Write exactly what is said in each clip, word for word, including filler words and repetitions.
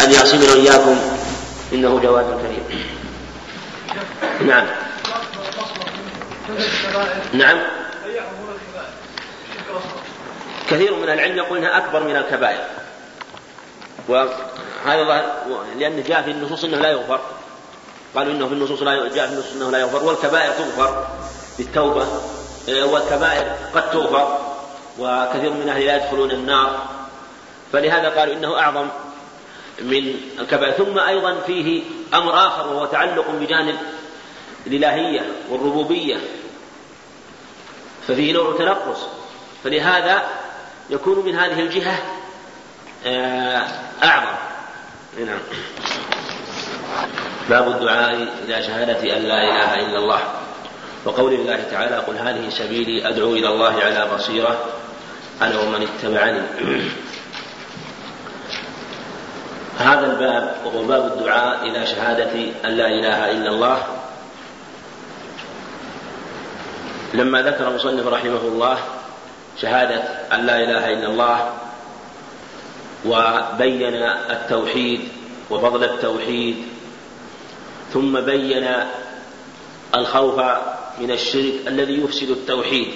أن يعصمنا وإياكم إنه جواد كريم. نعم نعم كثير من العلم يقول إنها أكبر من الكبائر، وهذا لأن جاء في النصوص إنه لا يغفر، قالوا إنه في النصوص لا جاء في النصوص إنه لا يغفر، والكبائر تغفر بالتوبة، والكبائر قد تغفر، وكثير من أهل لا يدخلون النار، فلهذا قالوا إنه أعظم من الكبائر. ثم أيضا فيه أمر آخر وهو تعلق بجانب الإلهية والربوبية، ففيه نوع تنقص، فلهذا يكون من هذه الجهة أعظم. نعم. باب الدعاء إلى شهادة أن لا إله إلا الله، وقول الله تعالى قل هذه سبيلي أدعو إلى الله على بصيرة أنا ومن اتبعني. هذا الباب وهو باب الدعاء إلى شهادة أن لا إله إلا الله، لما ذكر المصنف رحمه الله شهادة أن لا إله إلا الله وبين التوحيد وفضل التوحيد، ثم بين الخوف من الشرك الذي يفسد التوحيد،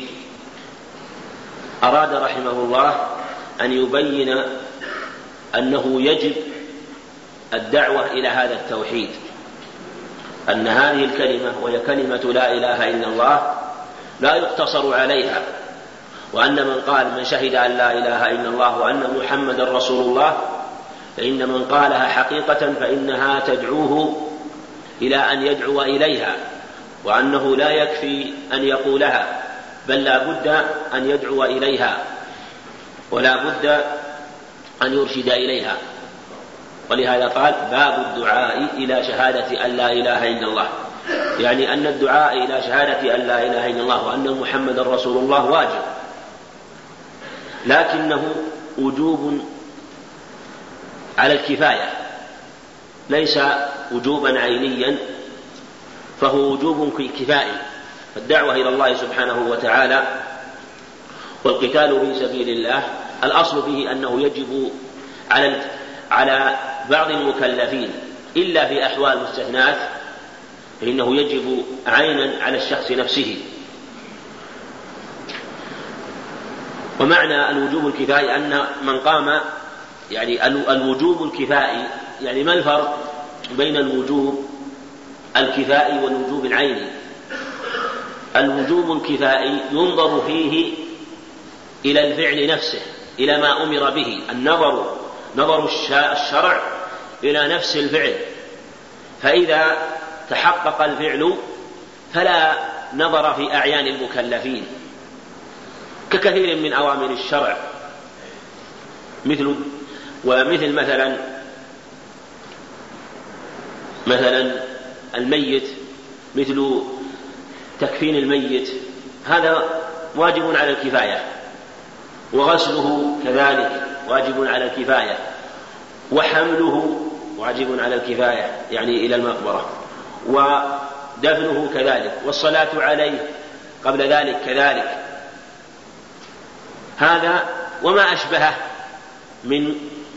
أراد رحمه الله أن يبين أنه يجب الدعوة إلى هذا التوحيد، أن هذه الكلمة وهي كلمة لا إله إلا الله لا يقتصر عليها، وأن من قال من شهد أن لا إله إلا الله وأن محمد رسول الله فإن من قالها حقيقة فإنها تدعوه إلى أن يدعو إليها، وأنه لا يكفي أن يقولها بل لا بد أن يدعو إليها ولا بد أن يرشد إليها. ولهذا قال باب الدعاء إلى شهادة أن لا إله إلا الله، يعني أن الدعاء إلى شهادة أن لا إله إلا الله وأن محمد رسول الله واجب، لكنه وجوب على الكفاية، ليس وجوبا عينيا، فهو وجوب كفائي. فالدعوة إلى الله سبحانه وتعالى والقتال في سبيل الله الأصل فيه أنه يجب على على بعض المكلفين، إلا في أحوال مستثنات فإنه يجب عينا على الشخص نفسه. ومعنى الوجوب الكفائي أن من قام، يعني الوجوب الكفائي، يعني ما الفرق بين الوجوب الكفائي والوجوب العيني؟ الوجوب الكفائي ينظر فيه إلى الفعل نفسه، إلى ما أمر به، النظر نظر الشرع إلى نفس الفعل، فإذا تحقق الفعل فلا نظر في أعيان المكلفين، ككثير من أوامر الشرع، مثل ومثل مثلا مثلا الميت، مثل تكفين الميت، هذا واجب على الكفاية، وغسله كذلك واجب على الكفاية، وحمله واجب على الكفاية يعني إلى المقبرة، ودفنه كذلك، والصلاة عليه قبل ذلك كذلك، هذا وما أشبهه من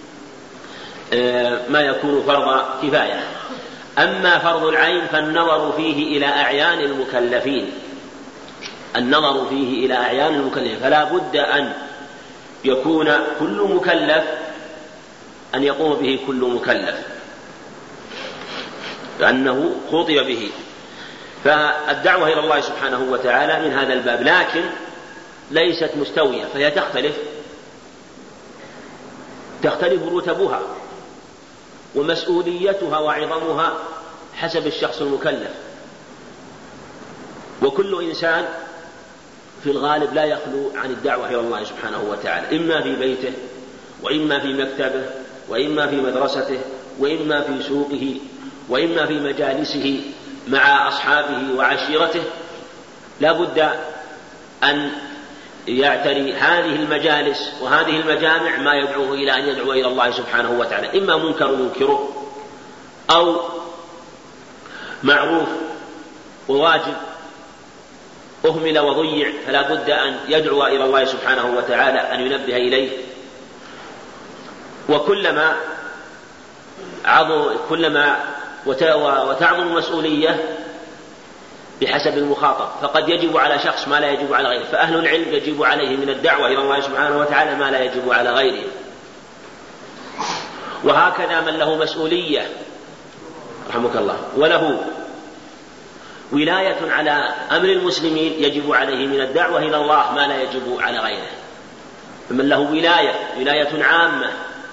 ما يكون فرض كفاية. أما فرض العين فالنظر فيه إلى أعيان المكلفين، النظر فيه إلى أعيان المكلفين، فلا بد أن يكون كل مكلف أن يقوم به كل مكلف لأنه خطب به. فالدعوة إلى الله سبحانه وتعالى من هذا الباب، لكن ليست مستوية، فهي تختلف تختلف رتبها ومسؤوليتها وعظمها حسب الشخص المكلف، وكل إنسان في الغالب لا يخلو عن الدعوة إلى الله سبحانه وتعالى، إما في بيته وإما في مكتبه وإما في مدرسته وإما في سوقه وإما في مجالسه مع أصحابه وعشيرته، لا بد أن يعتري هذه المجالس وهذه المجامع ما يدعوه إلى أن يدعو إلى الله سبحانه وتعالى، إما منكر منكره أو معروف وواجب أهمل وضيع، فلا بد أن يدعو إلى الله سبحانه وتعالى أن ينبه إليه. وكلما كلما وتعظم المسؤولية بحسب المخاطب، فقد يجب على شخص ما لا يجب على غيره، فأهل العلم يجب عليه من الدعوة إلى الله سبحانه وتعالى ما لا يجب على غيره. وهكذا من له مسؤولية رحمك الله وله ولاية على أمر المسلمين يجب عليه من الدعوة إلى الله ما لا يجب على غيره. فمن له ولاية ولاية عامة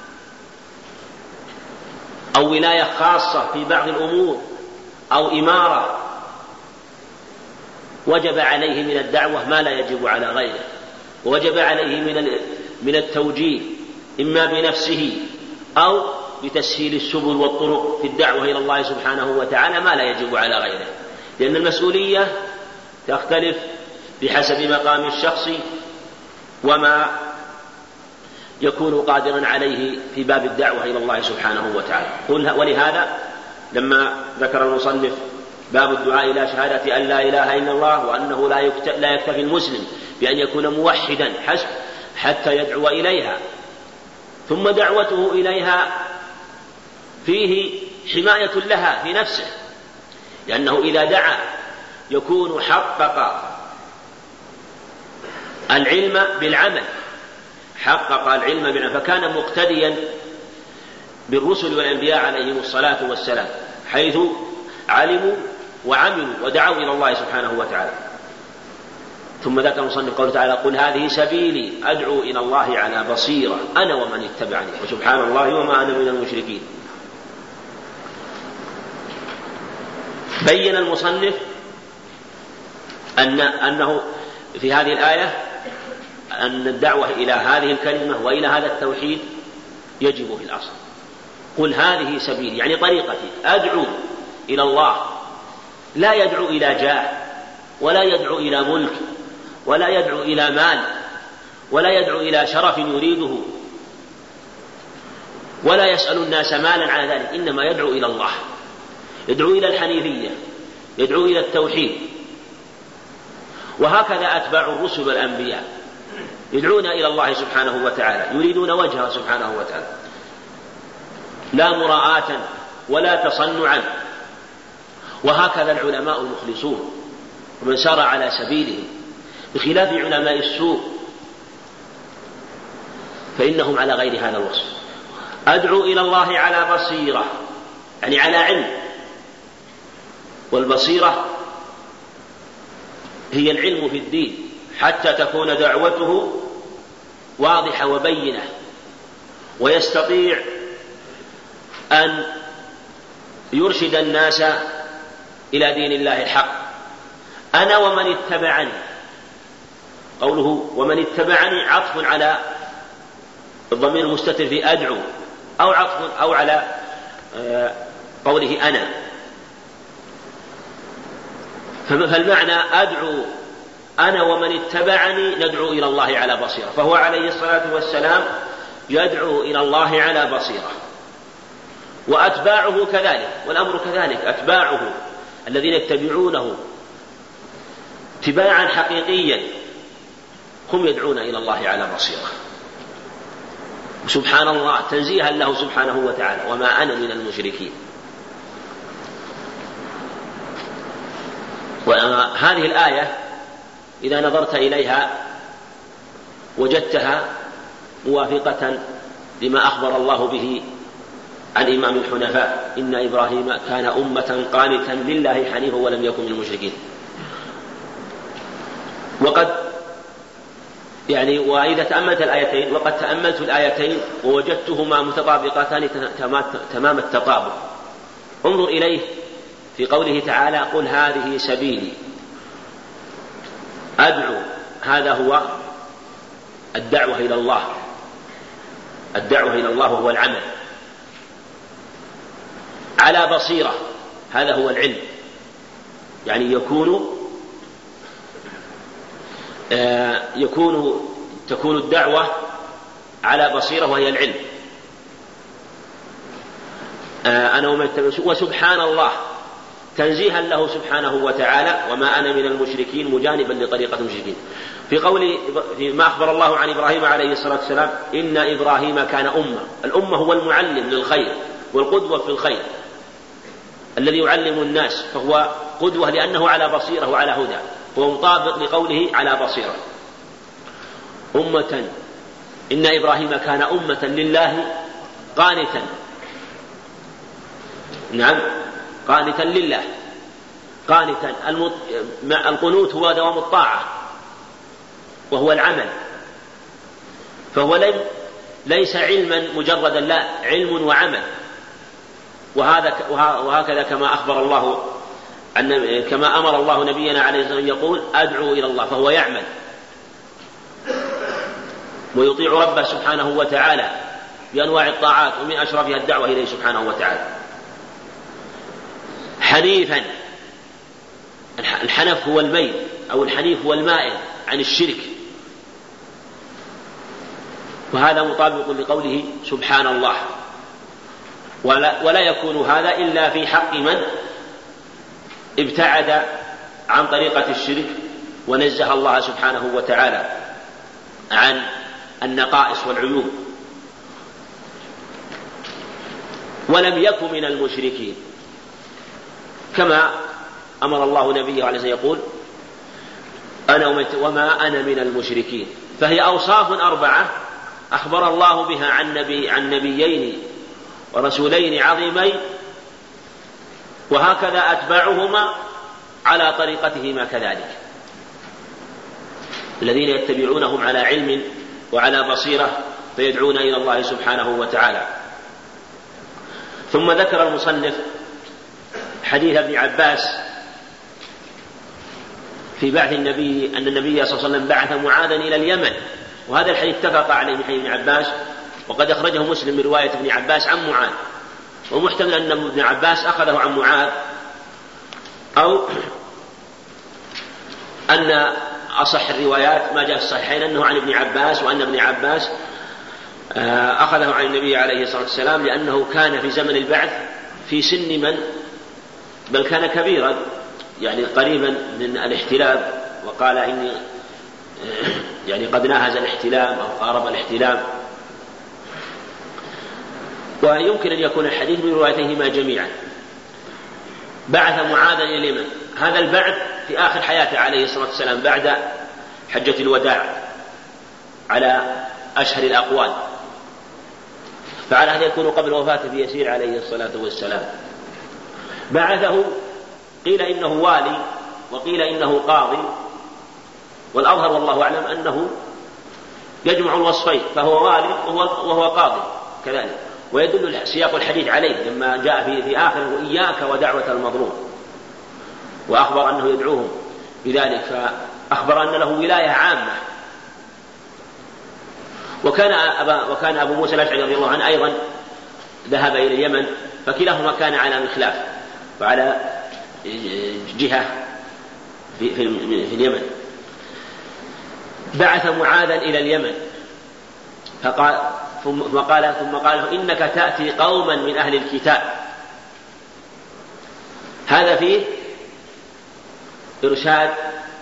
أو ولاية خاصة في بعض الأمور أو إمارة وجب عليه من الدعوة ما لا يجب على غيره، ووجب عليه من من التوجيه إما بنفسه أو بتسهيل السبل والطرق في الدعوة إلى الله سبحانه وتعالى ما لا يجب على غيره، لأن المسؤولية تختلف بحسب مقام الشخص وما يكون قادرا عليه في باب الدعوة إلى الله سبحانه وتعالى. ولهذا لما ذكر المصنف باب الدعاء إلى شهادة أن لا إله إلا الله وأنه لا يكتفي المسلم بأن يكون موحدا حسب حتى يدعو إليها، ثم دعوته إليها فيه حماية لها في نفسه، لأنه إذا دعا يكون حقق العلم بالعمل، حقق العلم بالعمل، فكان مقتديا بالرسل والأنبياء عليهم الصلاة والسلام حيث علموا وعملوا ودعوا إلى الله سبحانه وتعالى. ثم ذكر المصنف قوله تعالى قل هذه سبيلي أدعو إلى الله على بصيرة أنا ومن اتبعني وسبحان الله وما أنا من المشركين. بين المصنف أن أنه في هذه الآية أن الدعوة إلى هذه الكلمة وإلى هذا التوحيد يجب في الأصل. قل هذه سبيلي يعني طريقتي أدعو إلى الله، لا يدعو إلى جاه ولا يدعو إلى ملك ولا يدعو إلى مال ولا يدعو إلى شرف يريده ولا يسأل الناس مالا على ذلك، إنما يدعو إلى الله، يدعو إلى الحنيفية، يدعو إلى التوحيد. وهكذا أتباع الرسل والأنبياء يدعون إلى الله سبحانه وتعالى، يريدون وجهه سبحانه وتعالى لا مراءة ولا تصنعا. وهكذا العلماء المخلصون ومن سار على سبيلهم، بخلاف علماء السوء فإنهم على غير هذا الوصف. أدعو إلى الله على بصيرة يعني على علم، والبصيرة هي العلم في الدين حتى تكون دعوته واضحة وبينة ويستطيع أن يرشد الناس إلى دين الله الحق. أنا ومن اتبعني، قوله ومن اتبعني عطف على الضمير المستتر في أدعو أو عطف أو على قوله أنا، فالمعنى أدعو أنا ومن اتبعني ندعو إلى الله على بصيرة، فهو عليه الصلاة والسلام يدعو إلى الله على بصيرة، وأتباعه كذلك، والأمر كذلك، أتباعه الذين يتبعونه اتباعا حقيقيا هم يدعون إلى الله على بصيرة. سبحان الله تنزيها له سبحانه وتعالى وما أنا من المشركين. وهذه الآية إذا نظرت إليها وجدتها موافقة لما أخبر الله به عن إمام الحنفاء إن إبراهيم كان أمة قانتا لله حنيفا ولم يكن من المشركين. وقد يعني وإذا تأملت الآيتين وقد تأملت الآيتين ووجدتهما متطابقتان تمام التطابق. انظر إليه في قوله تعالى قل هذه سبيلي أدعو، هذا هو الدعوة إلى الله، الدعوة إلى الله هو العمل على بصيرة، هذا هو العلم، يعني يكون آه يكون تكون الدعوة على بصيرة وهي العلم. آه أنا ومن وسبحان الله تنزيها له سبحانه وتعالى وما أنا من المشركين مجانبا لطريقة المشركين. في قول ما أخبر الله عن إبراهيم عليه الصلاة والسلام إن إبراهيم كان أمة، الأمة هو المعلم للخير والقدوة في الخير الذي يعلم الناس، فهو قدوة لأنه على بصيرة وعلى هدى، هو مطابق لقوله على بصيرة. أمة إن إبراهيم كان أمة لله قانتا، نعم قانتا لله، قانتا. القنوت هو دوام الطاعة وهو العمل، فهو لم ليس علما مجردا، لا، علم وعمل. وهذا وهكذا كما أخبر الله أن كما أمر الله نبينا عليه الصلاة والسلام يقول أدعو إلى الله، فهو يعمل ويطيع ربه سبحانه وتعالى بأنواع الطاعات، ومن أشرفها الدعوة إليه سبحانه وتعالى. حنيفا، الحنف هو الميل أو الحنيف هو المائل عن الشرك، وهذا مطابق لقوله سبحان الله. ولا, ولا يكون هذا إلا في حق من ابتعد عن طريقة الشرك ونزه الله سبحانه وتعالى عن النقائص والعيوب. ولم يكن من المشركين، كما أمر الله نبيه عليه الصلاة والسلام يقول أنا وما أنا من المشركين. فهي أوصاف أربعة أخبر الله بها عن, نبي عن نبيين ورسولين عظيمين، وهكذا أتباعهما على طريقتهما كذلك، الذين يتبعونهم على علم وعلى بصيرة فيدعون إلى الله سبحانه وتعالى. ثم ذكر المصنف حديث ابن عباس في بعث النبي أن النبي صلى الله عليه وسلم بعث معاذا إلى اليمن، وهذا الحديث اتفق عليه من حديث ابن عباس، وقد أخرجه مسلم من رواية ابن عباس عن معاذ، ومحتمل أن ابن عباس أخذه عن معاذ، أو أن أصح الروايات ما جاء في الصحيحين أنه عن ابن عباس، وأن ابن عباس أخذه عن النبي عليه الصلاة والسلام لأنه كان في زمن البعث في سن من بل كان كبيرا، يعني قريبا من الاحتلام، وقال إني يعني قد ناهز الاحتلام أو قارب الاحتلام. ويمكن أن يكون الحديث من روايتهما جميعا. بعث معاذا إلى اليمن، هذا البعث في آخر حياته عليه الصلاة والسلام بعد حجة الوداع على أشهر الأقوال، فعلى هذا يكون قبل وفاته بيسير عليه الصلاة والسلام. بعثه قيل إنه والي وقيل إنه قاضي، والأظهر والله أعلم أنه يجمع الوصفين، فهو والي وهو قاضي كذلك. ويدل سياق الحديث عليه لما جاء في, في آخره إياك ودعوة المظلوم، وأخبر أنه يدعوهم بذلك، فأخبر أن له ولاية عامة. وكان, أبا وكان أبو موسى الأشعري رضي الله عنه أيضا ذهب إلى اليمن، فكلاهما كان على الخلاف وعلى جهة في, في, في اليمن. بعث معاذا إلى اليمن فقال ثم قال ثم قال إنك تأتي قوما من أهل الكتاب. هذا فيه إرشاد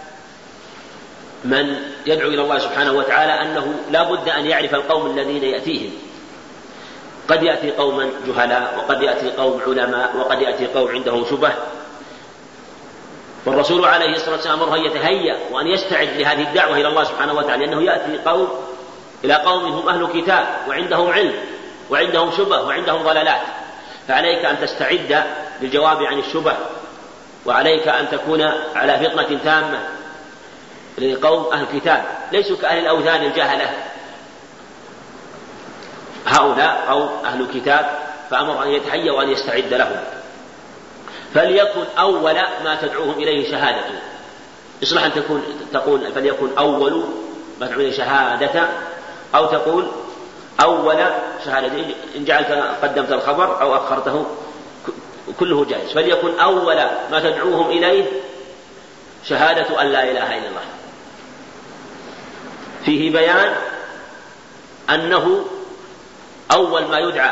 من يدعو إلى الله سبحانه وتعالى أنه لا بد أن يعرف القوم الذين يأتيهم. قد يأتي قوما جهلاء، وقد يأتي قوم علماء، وقد يأتي قوم عندهم شبه، والرسول عليه الصلاة والسلام أمره أن يتهيأ وأن يستعد لهذه الدعوة إلى الله سبحانه وتعالى، لأنه يأتي قوم إلى قوم هم أهل كتاب وعندهم علم وعندهم شبه وعندهم ضلالات، فعليك أن تستعد للجواب عن الشبه، وعليك أن تكون على فطنة تامة لقوم أهل كتاب ليسوا كأهل الأوثان الجاهلة، هؤلاء قوم أهل كتاب، فأمر أن يتهيأ وأن يستعد لهم. فليكن أول ما تدعوهم إليه شهادته، يصلح أن تكون تقول فليكن أول ما تدعوهم إليه شهادة، أو تقول أول شهادة، إن جعلت قدمت الخبر أو أخرته كله جائز. فليكن أول ما تدعوهم إليه شهادة أن لا إله إلا الله. فيه بيان أنه أول ما يدعى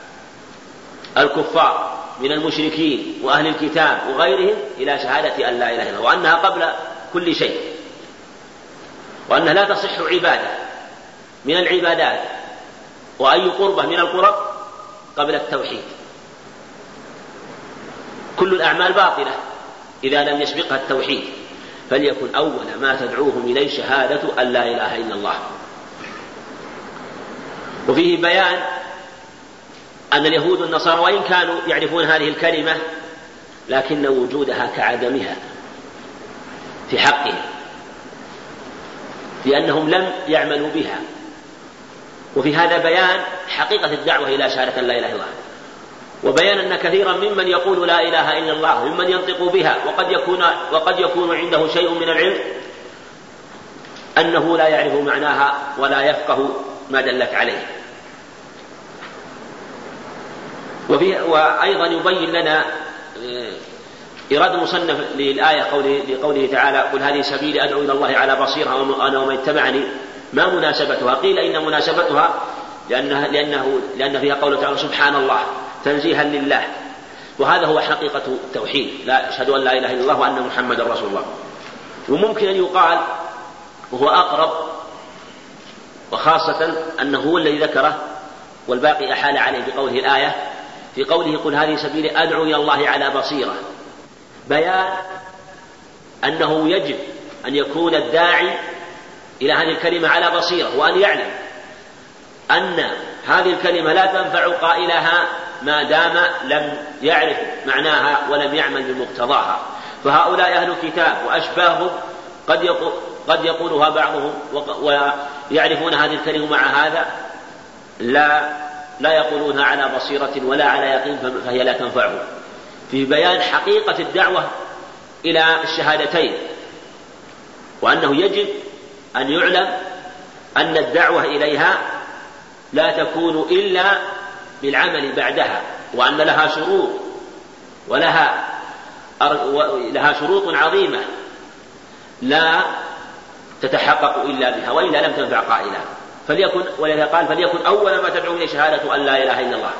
الكفار من المشركين وأهل الكتاب وغيرهم إلى شهادة أن لا إله إلا الله، وأنها قبل كل شيء، وأنها لا تصح عبادة من العبادات وأي قربة من القرب قبل التوحيد. كل الأعمال باطلة إذا لم يسبقها التوحيد، فليكن أول ما تدعوهم إليه شهادة أن لا إله إلا الله. وفيه بيان أن اليهود والنصارى وإن كانوا يعرفون هذه الكلمة لكن وجودها كعدمها في حقهم، لأنهم لم يعملوا بها. وفي هذا بيان حقيقة الدعوة إلى شهادة لا إله إلا الله، وبيان أن كثيرا ممن يقول لا إله إلا الله ممن ينطق بها وقد يكون, وقد يكون عنده شيء من العلم أنه لا يعرف معناها ولا يفقه ما دلت عليه. وأيضا يبين لنا إرادة المصنف للآية لقوله تعالى قل هذه سبيلي أدعو إلى الله على بصيرة أنا ومن اتبعني، ما مناسبتها؟ قيل إن مناسبتها لأنها لأنه لأن فيها قوله تعالى سبحان الله تنزيها لله، وهذا هو حقيقة التوحيد، لا أشهد أن لا إله إلا الله وأن محمد رسول الله. وممكن أن يقال وهو أقرب وخاصة أنه هو الذي ذكره والباقي أحال عليه بقوله الآية في قوله قل هذه سبيلي أدعو إلى الله على بصيرة، بيان أنه يجب أن يكون الداعي إلى هذه الكلمة على بصيرة، وأن يعلم أن هذه الكلمة لا تنفع قائلها ما دام لم يعرف معناها ولم يعمل بمقتضاها. فهؤلاء أهل الكتاب وأشباههم قد يقول قد يقولها بعضهم ويعرفون هذه الكلمة مع هذا لا لا يقولونها على بصيرة ولا على يقين، فهي لا تنفعه. في بيان حقيقة الدعوة إلى الشهادتين، وأنه يجب أن يعلم أن الدعوة إليها لا تكون إلا بالعمل بعدها، وأن لها شروط ولها لها شروط عظيمة لا تتحقق إلا بها، وإلا لم تنفع قائلها. فليكن ولذا قال فليكن أول ما تدعو إليه شهادة أن لا إله إلا الله.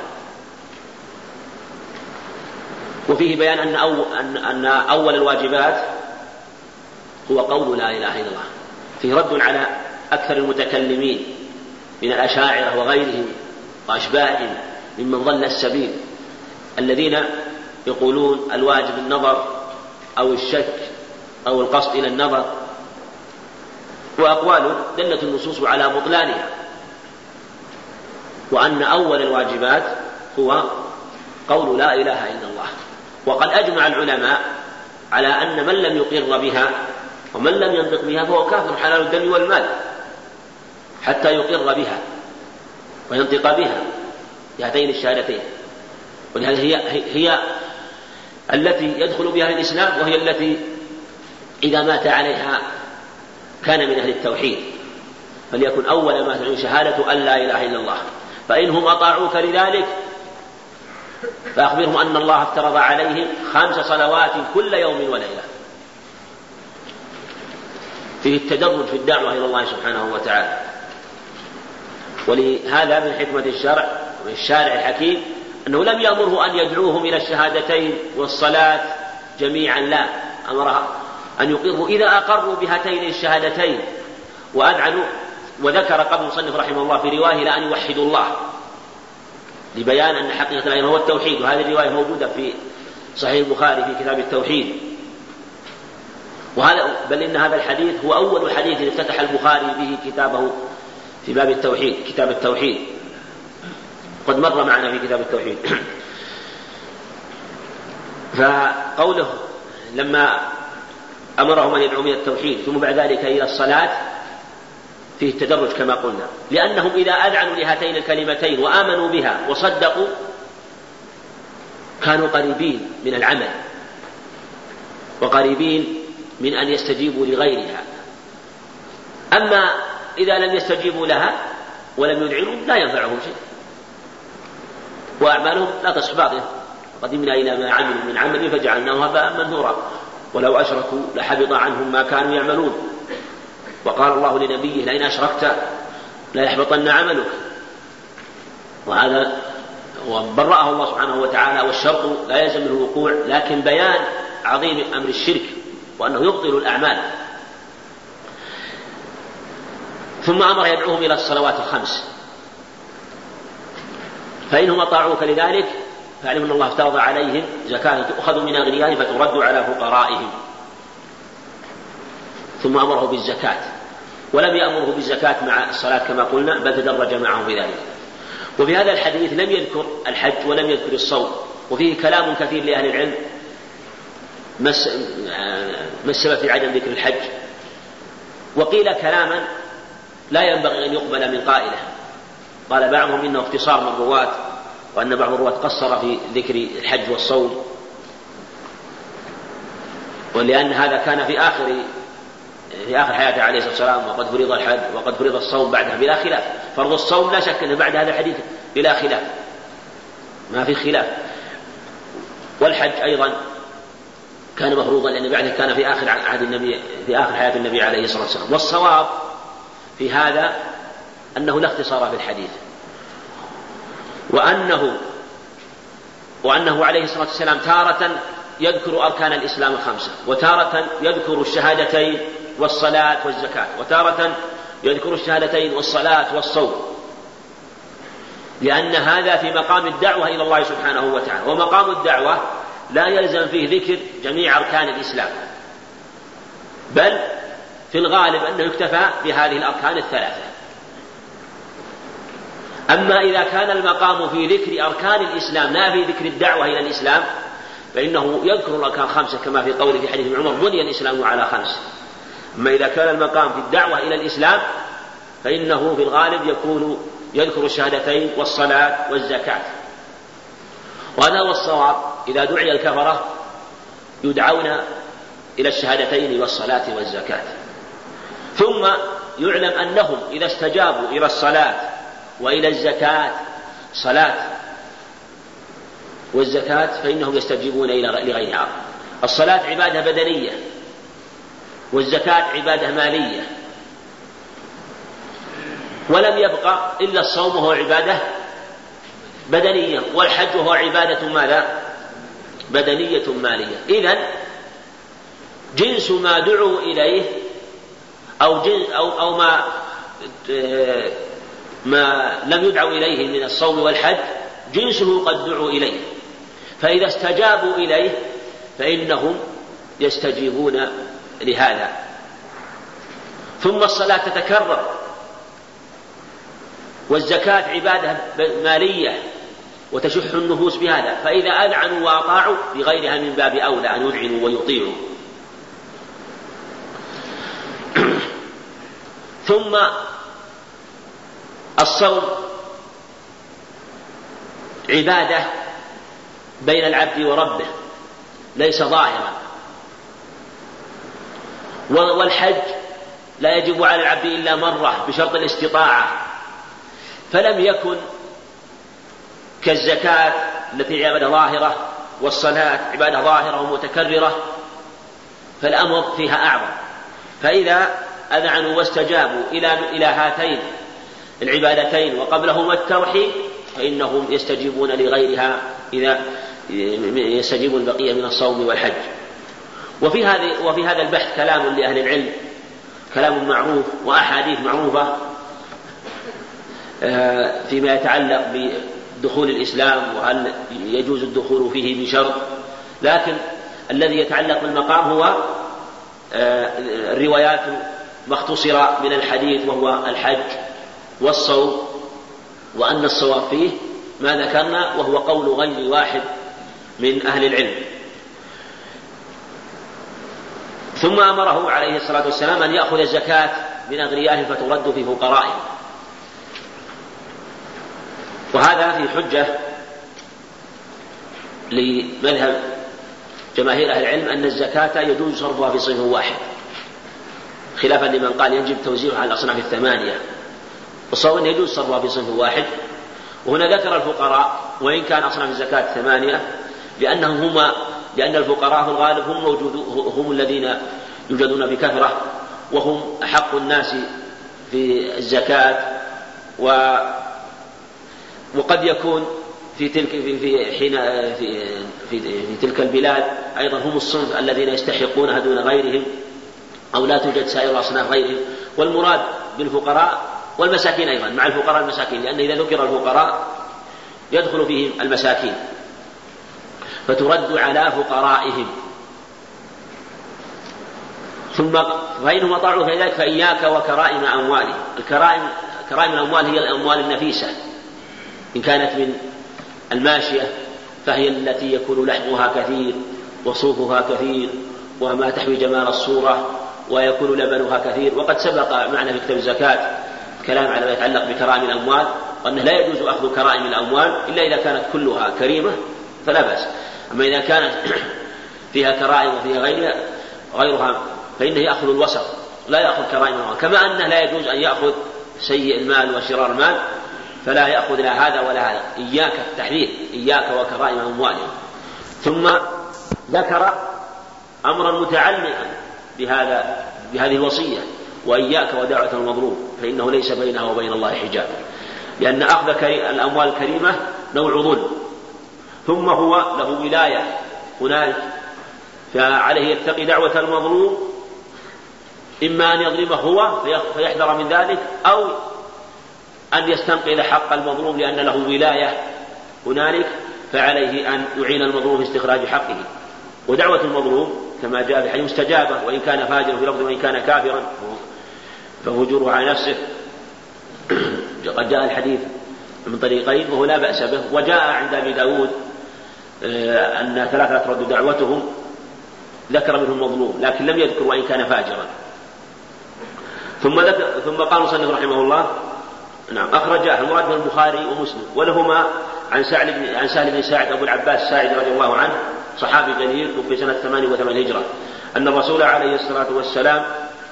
وفيه بيان أن, أو أن, أن أول الواجبات هو قول لا إله إلا الله. فيه رد على أكثر المتكلمين من الأشاعرة وغيرهم وأشباههم ممن ضل السبيل، الذين يقولون الواجب النظر أو الشك أو القصد إلى النظر، وأقوال دلت النصوص على بطلانها، وأن أول الواجبات هو قول لا إله إلا الله. وقد أجمع العلماء على أن من لم يقر بها ومن لم ينطق بها فهو كافر حلال الدم والمال حتى يقر بها وينطق بها بهاتين الشهادتين. ولهذا هي, هي التي يدخل بها الإسلام، وهي التي إذا مات عليها كان من أهل التوحيد. فليكن أول ما تدعو شهادة أن لا إله إلا الله، فإنهم أطاعوك لذلك فأخبرهم أن الله افترض عليهم خمس صلوات كل يوم وليلة. فيه التدرج في الدعوة إلى الله سبحانه وتعالى. ولهذا من حكمة الشرع ومن الشارع الحكيم أنه لم يأمره أن يدعوهم إلى الشهادتين والصلاة جميعا، لا، أمرها أن يقروا إذا أقروا بهاتين الشهادتين وأذعنوا. وذكر قبل المصنف رحمه الله في رواية لأن يوحدوا الله، لبيان أن حقيقة الآية هو التوحيد. وهذه الرواية موجودة في صحيح البخاري في كتاب التوحيد. وهذا بل إن هذا الحديث هو أول حديث افتتح البخاري به كتابه في باب التوحيد، كتاب التوحيد، قد مر معنا في كتاب التوحيد. فقوله لما أمرهم أن يدعوا من التوحيد ثم بعد ذلك إلى الصلاة فيه التدرج كما قلنا، لأنهم إذا أذعنوا لهاتين الكلمتين وآمنوا بها وصدقوا كانوا قريبين من العمل وقريبين من أن يستجيبوا لغيرها. أما إذا لم يستجيبوا لها ولم يذعنوا لا ينفعهم شيء، وأعمالهم لا تصح باطلة. قدمنا إلى ما عملوا من عمل فجعلناه هباء منثورا ولو أشركوا لحبط عنهم ما كانوا يعملون. وقال الله لنبيه لئن أشركت لا يحبطن عملك، وهذا وبرأه الله سبحانه وتعالى. والشرط لا يلزم الوقوع، لكن بيان عظيم أمر الشرك وأنه يبطل الأعمال. ثم أمر يدعوهم إلى الصلوات الخمس، فإنهم أطاعوك لذلك فاعلم أن الله افترض عليهم زكاة تؤخذ من أغنيائهم فترد على فقرائهم. ثم أمره بالزكاة، ولم يأمره بالزكاة مع الصلاة كما قلنا، بل تدرج معه في ذلك. وفي هذا الحديث لم يذكر الحج ولم يذكر الصوم، وفيه كلام كثير لأهل العلم ما السبب في عدم ذكر الحج. وقيل كلاما لا ينبغي أن يقبل من قائله، قال بعضهم إنه اختصار من الرواة، وأن بعض الرواة قصر في ذكر الحج والصوم، ولأن هذا كان في آخر في آخر حياته عليه الصلاة والسلام، وقد فرض الحج وقد فرض الصوم بعدها بلا خلاف. فرض الصوم لا شك أنه بعد هذا الحديث بلا خلاف، ما في خلاف. والحج أيضا كان مفروضا لأن بعده كان في آخر عهد النبي، في آخر حياة النبي عليه الصلاة والسلام. والصواب في هذا أنه لا اختصار في الحديث، وأنه وأنه عليه الصلاة والسلام تارة يذكر أركان الإسلام الخمسة، وتارة يذكر الشهادتين والصلاة والزكاة، وتارة يذكر الشهادتين والصلاة والصوم، لأن هذا في مقام الدعوة إلى الله سبحانه وتعالى. ومقام الدعوة لا يلزم فيه ذكر جميع أركان الإسلام، بل في الغالب أنه يكتفى بهذه الأركان الثلاثة. أما إذا كان المقام في ذكر أركان الإسلام لا في ذكر الدعوة إلى الإسلام، فإنه يذكر الأركان خمسة كما في قوله في حديث ابن عمر بني الإسلام على خمس. أما إذا كان المقام في الدعوة إلى الإسلام فإنه في الغالب يكون يذكر الشهادتين والصلاة والزكاة. وهذا هو الصواب. إذا دعي الكفرة يدعون إلى الشهادتين والصلاة والزكاة. ثم يعلم أنهم إذا استجابوا إلى الصلاة وإلى الزكاة، صلاة والزكاة، فإنهم يستجيبون إلى لغيرها. الصلاة عبادة بدنية، والزكاة عبادة مالية، ولم يبقى إلا الصوم وهو عبادة بدنية، والحج وهو عبادة ماذا؟ بدنية مالية. إذن جنس ما دعوا إليه أو, جنس أو, أو ما ما لم يدعوا إليه من الصوم والحج جنسه قد دعوا إليه، فإذا استجابوا إليه فإنهم يستجيبون لهذا. ثم الصلاة تتكرر، والزكاة عبادة مالية وتشح النفوس بهذا، فإذا أذعنوا وأطاعوا بغيرها من باب أولى أن يذعنوا ويطيعوا. ثم الصوم عبادة بين العبد وربه ليس ظاهرا، والحج لا يجب على العبد إلا مرة بشرط الاستطاعة، فلم يكن كالزكاة التي عبادة ظاهرة والصلاة عبادة ظاهرة ومتكررة، فالأمر فيها أعظم. فإذا أذعنوا واستجابوا إلى إلى هاتين العبادتين وقبلهما التوحيد فإنهم يستجيبون لغيرها إذا يستجيبون البقية من الصوم والحج. وفي هذه وفي هذا البحث كلام لأهل العلم، كلام معروف وأحاديث معروفة فيما يتعلق بدخول الإسلام وهل يجوز الدخول فيه بشرط، لكن الذي يتعلق بالمقام هو الروايات ما اختصر من الحديث وهو الحج والصوم، وأن الصواب فيه ما ذكرنا وهو قول غير واحد من أهل العلم. ثم أمره عليه الصلاة والسلام أن يأخذ الزكاة من أغنيائهم فترد في فقرائهم، وهذا في حجة لمذهب جماهير أهل العلم أن الزكاة يجوز صرفها في صنف واحد، خلافا لمن قال يجب توزيعها على الأصناف الثمانية. والصواب أنه يجوز صرفها في صنف واحد. وهنا ذكر الفقراء وإن كان أصناف الزكاة ثمانية، لأنهم هما لأن الفقراء في الغالب هم موجود هم الذين يوجدون بكثرة، وهم أحق الناس في الزكاة. و وقد يكون في تلك في في حين في في, في تلك البلاد أيضا هم الصنف الذين يستحقونها دون غيرهم، أو لا توجد سائر أصناف غيرهم. والمراد بالفقراء والمساكين أيضا، مع الفقراء المساكين، لأن إذا ذكر الفقراء يدخل فيهم المساكين فترد على فقرائهم. ثم فإنهم أطاعوا في ذلك فإياك وكرائم أموالهم. الكرائم كرائم الأموال هي الأموال النفيسة، إن كانت من الماشية فهي التي يكون لحمها كثير وصوفها كثير وما تحوي جمال الصورة ويكون لبنها كثير. وقد سبق معنا في كتاب الزكاة كلام على ما يتعلق بكرائم الأموال، وأنه لا يجوز أخذ كرائم الأموال إلا إذا كانت كلها كريمة فلا بأس. أما إذا كانت فيها كرائم وفيها غيرها غيرها فإنه يأخذ الوسط لا يأخذ كرائم الأموال، كما أنه لا يجوز أن يأخذ سيء المال وشرار المال، فلا يأخذ لا هذا ولا هذا. إياك التحذير، إياك وكرائم أموالهم. ثم ذكر أمرا متعلقا بهذا بهذه الوصية: وإياك ودعوة المظلوم فإنه ليس بينه وبين الله حجاب، لأن أخذ الأموال الكريمة نوع ظلم، ثم هو له ولاية هنالك، فعليه يتقي دعوة المظلوم، إما أن يظلمه هو فيحذر من ذلك، أو أن يستنقذ حق المظلوم لأن له ولاية هنالك، فعليه أن يعين المظلوم في استخراج حقه. ودعوة المظلوم كما جاء في حديث مستجابة، وإن كان فاجرا في لفظ وإن كان كافرا فهجوره على نفسه. قد جاء الحديث من طريقين وهو لا بأس به. وجاء عند أبي داود أن ثلاثة ترد دعوتهم، ذكر منهم مظلوم لكن لم يذكر وإن كان فاجرا. ثم, ثم قال المصنف رحمه الله: نعم أخرجاه المراد من البخاري ومسلم، ولهما عن سهل بن عن سهل بن ساعد أبو العباس الساعدي رضي الله عنه، صحابي جليل في سنة ثمانية وثمانين هجرة، أن الرسول عليه الصلاة والسلام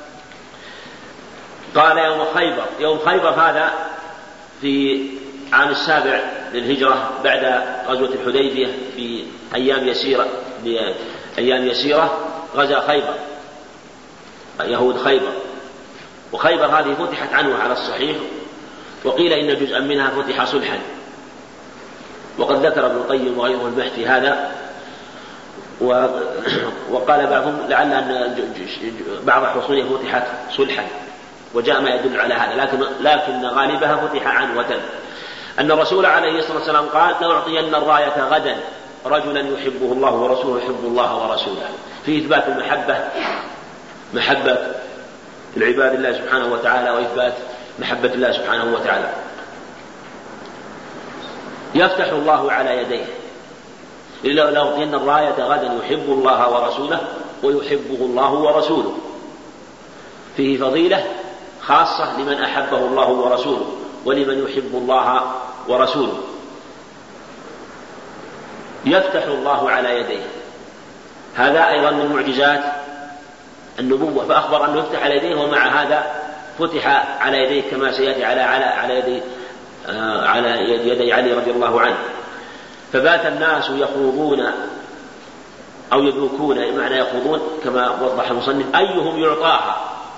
قال يوم خيبر. يوم خيبر هذا في عام السابع للهجرة بعد غزوة الحديبية في أيام يسيرة بأيام يسيرة غزا خيبر يهود خيبر. وخيبر هذه فتحت عنه على الصحيح، وقيل إن جزءا منها فتح صلحا، وقد ذكر ابن القيم وغيره البحث في هذا. وقال بعضهم لعل أن بعض حصونها فتحت صلحا، وجاء ما يدل على هذا، لكن, لكن غالبها فتح عنوة. أن الرسول عليه الصلاة والسلام قال: لأعطين الراية غدا رجلا يحبه الله ورسوله يحب الله ورسوله، في إثبات المحبة، محبة العباد الله سبحانه وتعالى، وإثبات محبة الله سبحانه وتعالى. يفتح الله على يديه، لأعطين الراية غدا يحب الله ورسوله ويحبه الله ورسوله، فيه فضيلة خاصة لمن أحبه الله ورسوله ولمن يحب الله ورسوله. يفتح الله على يديه، هذا أيضا من معجزات النبوة، فأخبر أنه يفتح على يديه، ومع هذا فتح على يديه كما سيأتي على على على يدي آه على يدي علي رضي الله عنه. فبات الناس يخوضون أو يدركون، معنى يخوضون كما وضح المصنف، أيهم يعطاها.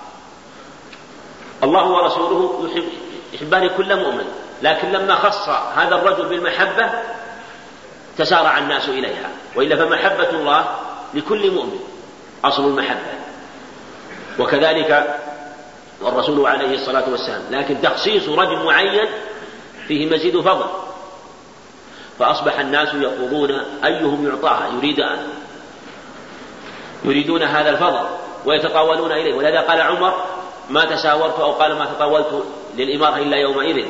الله ورسوله يحب يحبان كل مؤمن، لكن لما خص هذا الرجل بالمحبة تسارع الناس إليها، وإلا فمحبة الله لكل مؤمن أصل المحبة، وكذلك والرسول عليه الصلاة والسلام، لكن تخصيص رجل معين فيه مزيد فضل، فأصبح الناس يقولون أيهم يعطاها، يريد أن يريدون هذا الفضل ويتطاولون إليه. ولذا قال عمر: ما تساورت أو قال ما تطاولت للإمارة إلا يومئذ.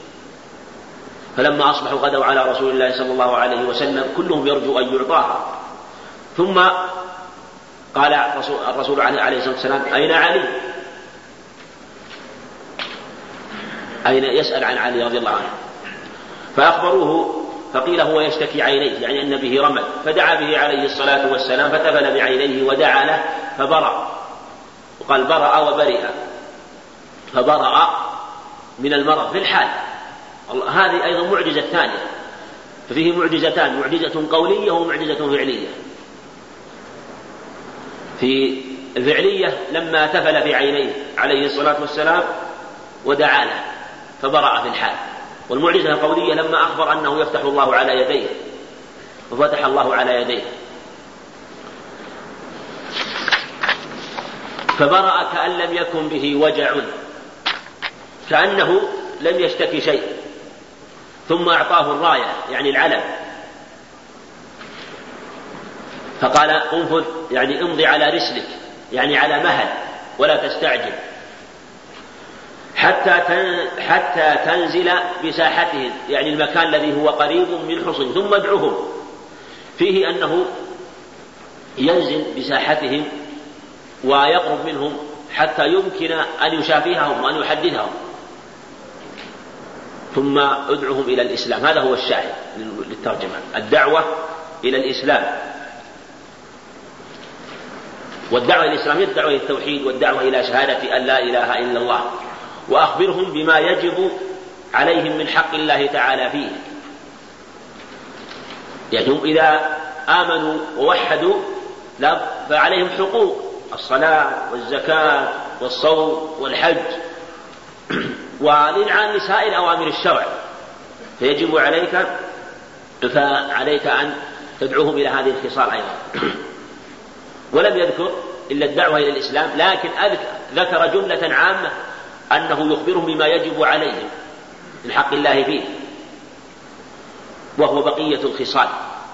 فلما أصبحوا غدوا على رسول الله صلى الله عليه وسلم كلهم يرجو أن يعطاها. ثم قال الرسول عليه الصلاة والسلام: أين علي؟ أين يسأل عن علي رضي الله عنه، فأخبروه، فقيل هو يشتكي عينيه، يعني أن به رمل، فدعا به عليه الصلاة والسلام فتفل بعينيه ودعا له فبرأ، وقال برأ وبرئ، فبرأ من المرض في الحال. هذه أيضا معجزة ثانية، ففيه معجزتان: معجزة قولية ومعجزة فعلية. في الفعلية لما تفل بعينيه عليه الصلاة والسلام ودعا له فبرأ في الحال، والمعجزة القولية لما أخبر أنه يفتح الله على يديه وفتح الله على يديه فبرأ كأن لم يكن به وجع، كأنه لم يشتكي شيء، ثم أعطاه الراية يعني العلم، فقال انفذ يعني امضي على رسلك يعني على مهل ولا تستعجل حتى حتى تنزل بساحتهم يعني المكان الذي هو قريب من حصن، ثم ادعوهم، فيه أنه ينزل بساحتهم ويقرب منهم حتى يمكن أن يشافيهم وأن يحدثهم، ثم ادعوهم إلى الإسلام. هذا هو الشاهد للترجمة، الدعوة إلى الإسلام. والدعوة إلى الإسلام هي الدعوة إلى التوحيد والدعوة إلى شهادة أن لا إله إلا الله، وأخبرهم بما يجب عليهم من حق الله تعالى فيه. يعني هم إذا آمنوا ووحدوا فعليهم حقوق الصلاة والزكاة والصوم والحج والإنعام لسائر أوامر الشرع، فيجب عليك فعليك أن تدعوهم إلى هذه الخصال أيضا. ولم يذكر إلا الدعوة إلى الإسلام، لكن ذكر جملة عامة أنه يخبرهم بما يجب عليهم من حق الله فيه، وهو بقية الخصال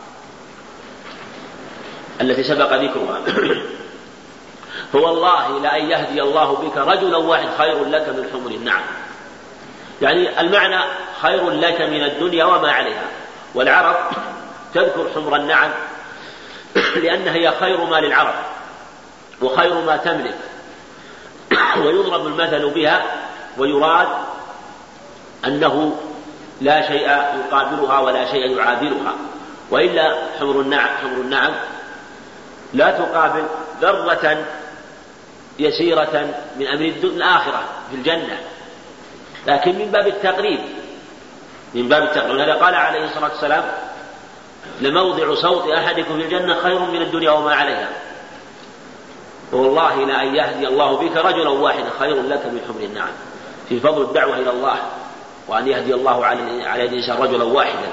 التي سبق ذكرها. فوالله لأن يهدي الله بك رجلا واحد خير لك من حمر النعم، يعني المعنى خير لك من الدنيا وما عليها. والعرب تذكر حمر النعم لأنها هي خير ما للعرب وخير ما تملك، ويضرب المثل بها ويراد أنه لا شيء يقابلها ولا شيء يعادلها، وإلا حمر النعم حمر النعم لا تقابل ذرة يسيرة من أمر الآخرة في الجنة، لكن من باب التقريب من باب التقريب. لهذا قال عليه الصلاة والسلام لموضع صوت أحدكم في الجنة خير من الدنيا وما عليها. والله لأن يهدي الله بك رجلا واحدا خير لك من حمر النعم، في فضل الدعوة إلى الله وأن يهدي الله على الإنسان رجلا واحدا.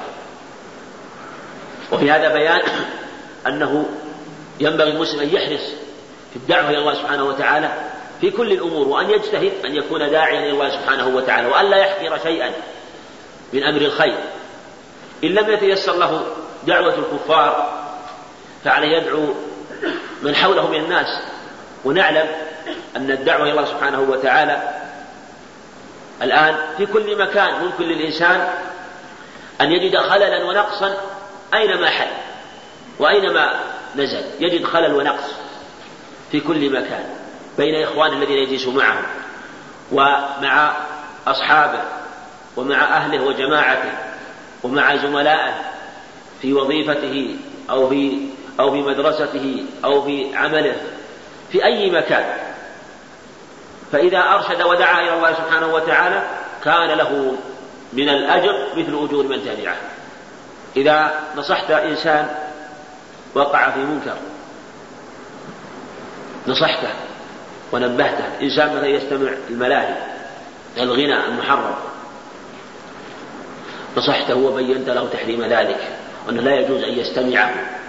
وفي هذا بيان أنه ينبغي المسلم أن يحرص في الدعوة إلى الله سبحانه وتعالى في كل الأمور، وأن يجتهد أن يكون داعيا إلى الله سبحانه وتعالى، وأن لا يحقر شيئا من أمر الخير. إن لم يتيسر له دعوة الكفار فعليه يدعو من حوله من الناس. ونعلم أن الدعوة إلى الله سبحانه وتعالى الآن في كل مكان ممكن للإنسان أن يجد خللا ونقصا أينما حل وأينما نزل، يجد خلل ونقص في كل مكان بين إخوان الذين يجلس معهم ومع أصحابه ومع أهله وجماعته ومع زملائه في وظيفته أو في أو في مدرسته أو في عمله في أي مكان. فإذا أرشد ودعا إلى الله سبحانه وتعالى كان له من الأجر مثل أجور من تبعه. إذا نصحت إنسان وقع في منكر نصحته ونبهته، إنسان مثلا يستمع الملاهي الغناء المحرم نصحته وبينت له تحريم ذلك وأنه لا يجوز أن يستمعه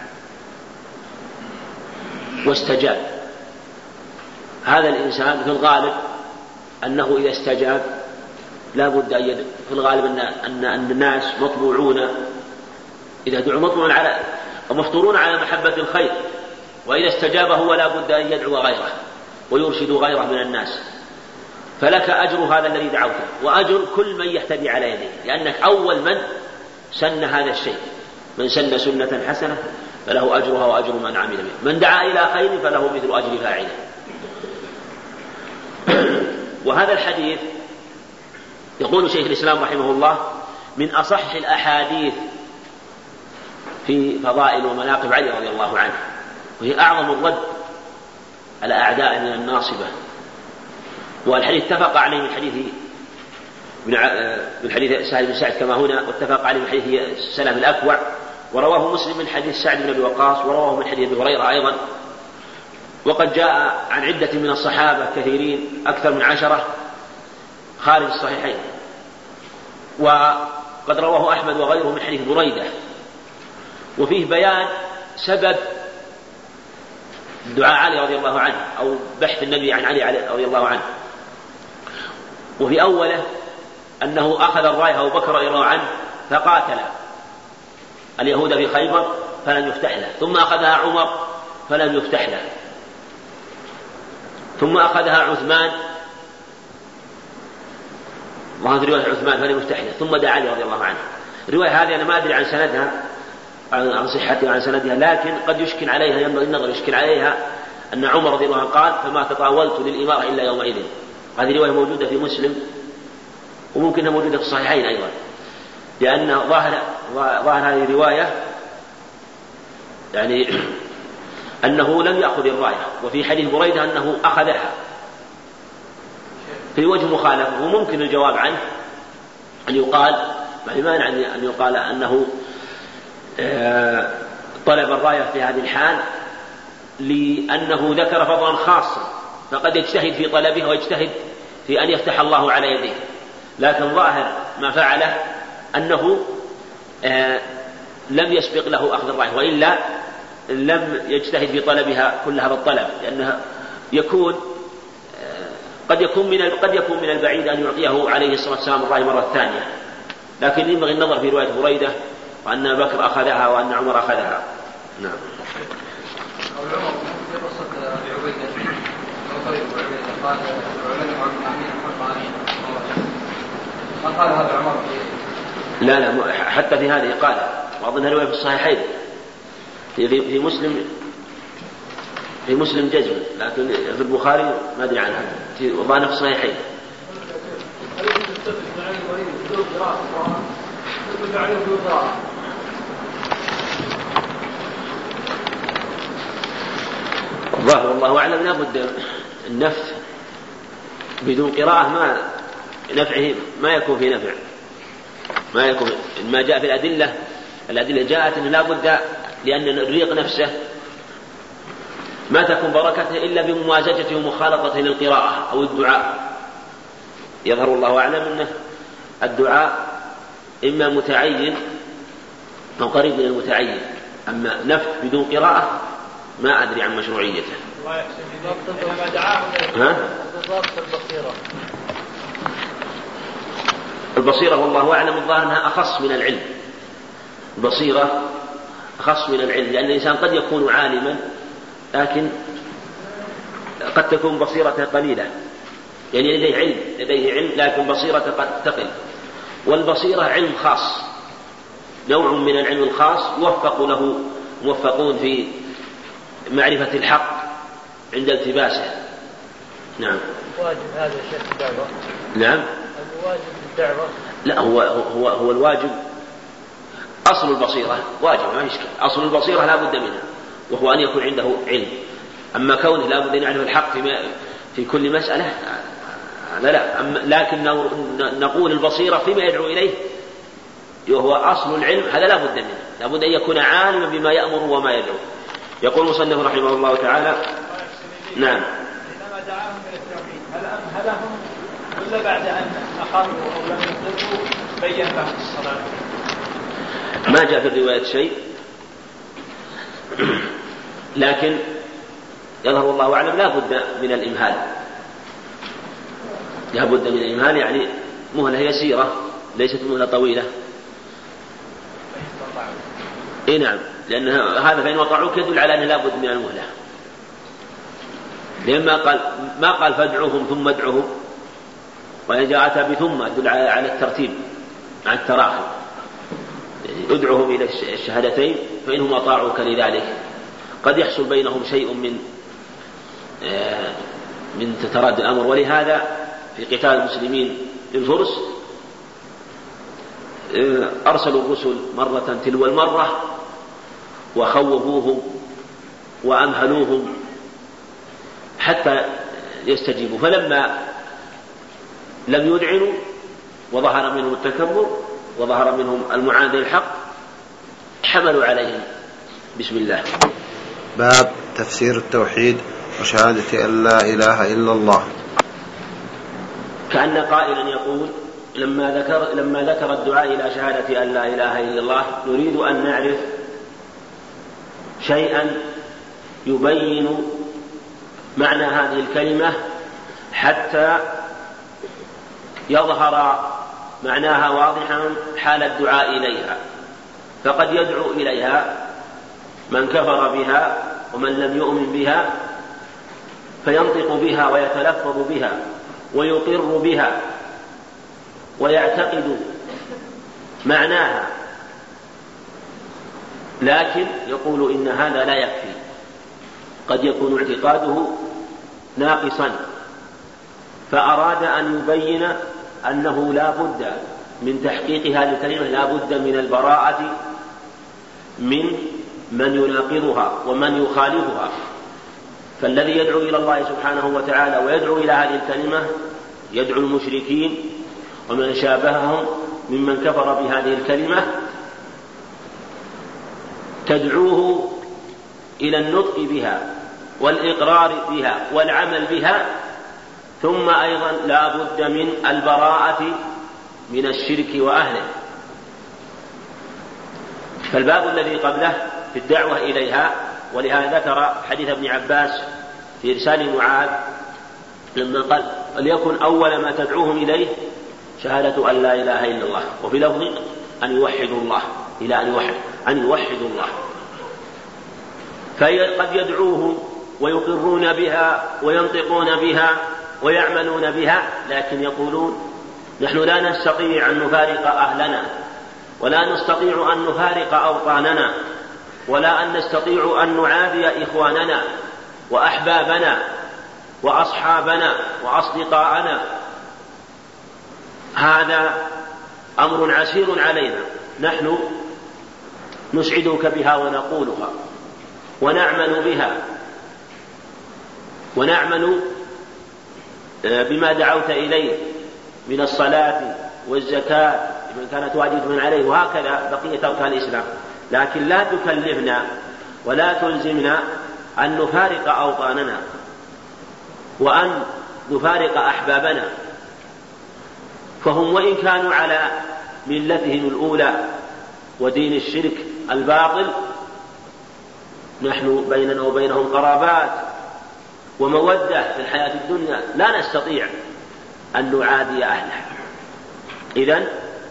واستجاب. هذا الإنسان في الغالب أنه إذا استجاب لا بد أن يدعو، في الغالب أن, أن, أن الناس مطبوعون إذا دعوا مطبوعون على ومفطورون على محبة الخير، وإذا استجاب هو لا بد أن يدعو غيره ويرشد غيره من الناس. فلك أجر هذا الذي دعوته وأجر كل من يهتدي على يديه، لأنك أول من سن هذا الشيء. من سن سنة حسنة فله أجرها وأجر من عمل به، من دعا إلى خير فله مثل أجر فاعله. وهذا الحديث يقول شيخ الإسلام رحمه الله من أصح الأحاديث في فضائل ومناقب علي رضي الله عنه، وهي أعظم الرد على أعداء من الناصبة. والحديث اتفق عليه من حديث من حديث سعد بن سعد كما هنا، واتفق عليه من حديث سلام الأكوع، ورواه مسلم من حديث سعد بن أبي وقاص، ورواه من حديث أبي هريرة أيضا. وقد جاء عن عدة من الصحابة كثيرين أكثر من عشرة خارج الصحيحين، وقد رواه أحمد وغيره من حديث بريدة، وفيه بيان سبب دعاء علي رضي الله عنه أو بحث النبي عن علي رضي الله عنه. وفي أوله أنه أخذ الراية أبو بكر رضي الله عنه فقاتل اليهود في خيبر فلم يفتح له، ثم أخذها عمر فلم يفتح له، ثم أخذها عثمان وهذه رواية عثمان فلم يفتح له، ثم دعا علي رضي الله عنه. الرواية هذه أنا ما أدري عن سندها عن صحتها وعن سندها، لكن قد يشكل عليها، ينبغي النظر يشكل عليها أن عمر رضي الله عنه قال فما تطاولت للإمارة إلا يومئذ. هذه رواية موجودة في مسلم وممكنها موجودة في الصحيحين أيضا، لأن ظاهر ظاهر هذه الرواية يعني أنه لم يأخذ الراية، وفي حديث بريدة أنه أخذها في وجه مخالفة. وممكن الجواب عنه أن يقال ما مانع أن يقال أنه طلب الراية في هذه الحال لأنه ذكر فضلا خاصا، فقد يجتهد في طلبه ويجتهد في أن يفتح الله على يديه، لكن ظاهر ما فعله أنه لم يسبق له أخذ الراية، وإلا لم يجتهد في طلبها كل هذا الطلب، لأنها يكون قد يكون من قد يكون من البعيد أن يعطيه عليه الصلاة والسلام الراية مرة ثانية، لكن ينبغي النظر في رواية بريدة وأن بكر أخذها وأن عمر أخذها. نعم. لا لا حتى في هذه قال، وأظنها رواية في الصحيحين في, في مسلم في مسلم جزم، لكن في البخاري ما أدري عنها، في وضعنا في الصحيحين. الظاهر والله أعلم لا بد النفث بدون قراءة ما نفعه ما يكون في نفع، ما يكون ما جاء في الأدلة الأدلة جاءت أنه لا بد، لأن الريق نفسه ما تكون بركته إلا بممازجته ومخالطته للقراءة أو الدعاء. يظهر الله أعلم أنه الدعاء إما متعين أو قريب من المتعين، أما نفث بدون قراءة ما أدري عن مشروعيته. ها؟ البصيرة والله أعلم الظاهر أنها أخص من العلم، البصيرة أخص من العلم، لأن الإنسان قد يكون عالما لكن قد تكون بصيرته قليلة، يعني لديه علم لديه علم لكن بصيرته قد تقل. والبصيرة علم خاص، نوع من العلم الخاص يوفق له موفقون في معرفة الحق عند التباسه. نعم. واجب هذا شيخ الدعوة؟ نعم. الواجب الدعوة؟ لا هو هو هو الواجب أصل البصيرة واجب ما يشكل، أصل البصيرة لا بد منها وهو أن يكون عنده علم. أما كونه لا بد أن يعرف الحق في في كل مسألة هذا لا. أما لكن نقول البصيرة فيما يدعو إليه وهو أصل العلم هذا لا بد منه، لا بد أن يكون عالما بما يأمر وما يدعو. يقول المصنف رحمه الله تعالى. نعم. حينما دعاهم إلى التوحيد هل أمهلهم ولا بعد أن أقاموا أو لم يطلقوا بين لهم الصلاة؟ ما جاء في الرواية شيء، لكن يظهر الله أعلم لا بد من الإمهال، لا بد من الإمهال يعني مهلة يسيرة ليست مهلة طويلة. إيه نعم، لأن هذا فإن وطعوك يدل على أنه لا بد من المهلة، لما قال ما قال فادعوهم ثم ادعوهم، وإن جاءت بثم يدل على الترتيب مع التراخي، يعني ادعوهم إلى الشهادتين فإنهم أطاعوك لذلك. قد يحصل بينهم شيء من من تتردد الأمر، ولهذا في قتال المسلمين للفرس أرسلوا الرسل مرة تلو المرة وخوفوهم وأمهلوهم حتى يستجيبوا، فلما لم يذعنوا وظهر منهم التكبر وظهر منهم المعاندة للحق حملوا عليهم. بسم الله. باب تفسير التوحيد وشهادة أن لا إله إلا الله. كأن قائلا يقول لما ذكر لما ذكر الدعاء إلى شهادة أن لا إله إلا الله نريد أن نعرف شيئا يبين معنى هذه الكلمة حتى يظهر معناها واضحا حال الدعاء إليها، فقد يدعو إليها من كفر بها ومن لم يؤمن بها فينطق بها ويتلفظ بها ويقر بها ويعتقد معناها، لكن يقول إن هذا لا يكفي، قد يكون اعتقاده ناقصا، فأراد أن يبين أنه لا بد من تحقيق هذه الكلمة، لا بد من البراءة من من يناقضها ومن يخالفها. فالذي يدعو إلى الله سبحانه وتعالى ويدعو إلى هذه الكلمة يدعو المشركين ومن شابههم ممن كفر بهذه الكلمة، تدعوه إلى النطق بها والإقرار بها والعمل بها، ثم أيضا لا بد من البراءة من الشرك وأهله. فالباب الذي قبله في الدعوة إليها، ولهذا ذكر حديث ابن عباس في إرسال معاذ لما قال وليكن أول ما تدعوهم إليه شهادة أن لا إله إلا الله، وفي لفظ أن يوحدوا الله، إلى أن يوحد أن يوحدوا الله. فقد يدعوهم ويقرون بها وينطقون بها ويعملون بها، لكن يقولون نحن لا نستطيع أن نفارق أهلنا، ولا نستطيع أن نفارق أوطاننا، ولا أن نستطيع أن نعادي إخواننا وأحبابنا وأصحابنا وأصدقاءنا، هذا أمر عسير علينا، نحن نسعدك بها ونقولها ونعمل بها ونعمل بما دعوت إليه من الصلاة والزكاة لمن كانت واجبة من عليه، وهكذا بقية أركان الإسلام، لكن لا تكلفنا ولا تلزمنا أن نفارق أوطاننا وأن نفارق أحبابنا. فهم وإن كانوا على ملتهم الأولى ودين الشرك الباطل، نحن بيننا وبينهم قرابات ومودة في الحياة الدنيا، لا نستطيع أن نعادي أهله. إذن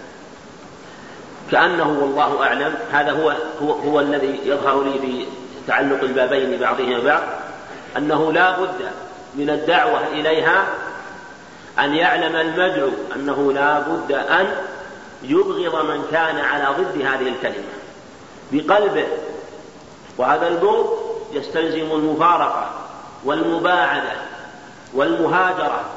كأنه والله أعلم هذا هو, هو, هو الذي يظهر لي في تعلق البابين بعضهما بعض، أنه لا بد من الدعوة إليها أن يعلم المدعو أنه لا بد أن يبغض من كان على ضد هذه الكلمة بقلبه، وهذا البغض يستلزم المفارقة والمباعدة والمهاجرة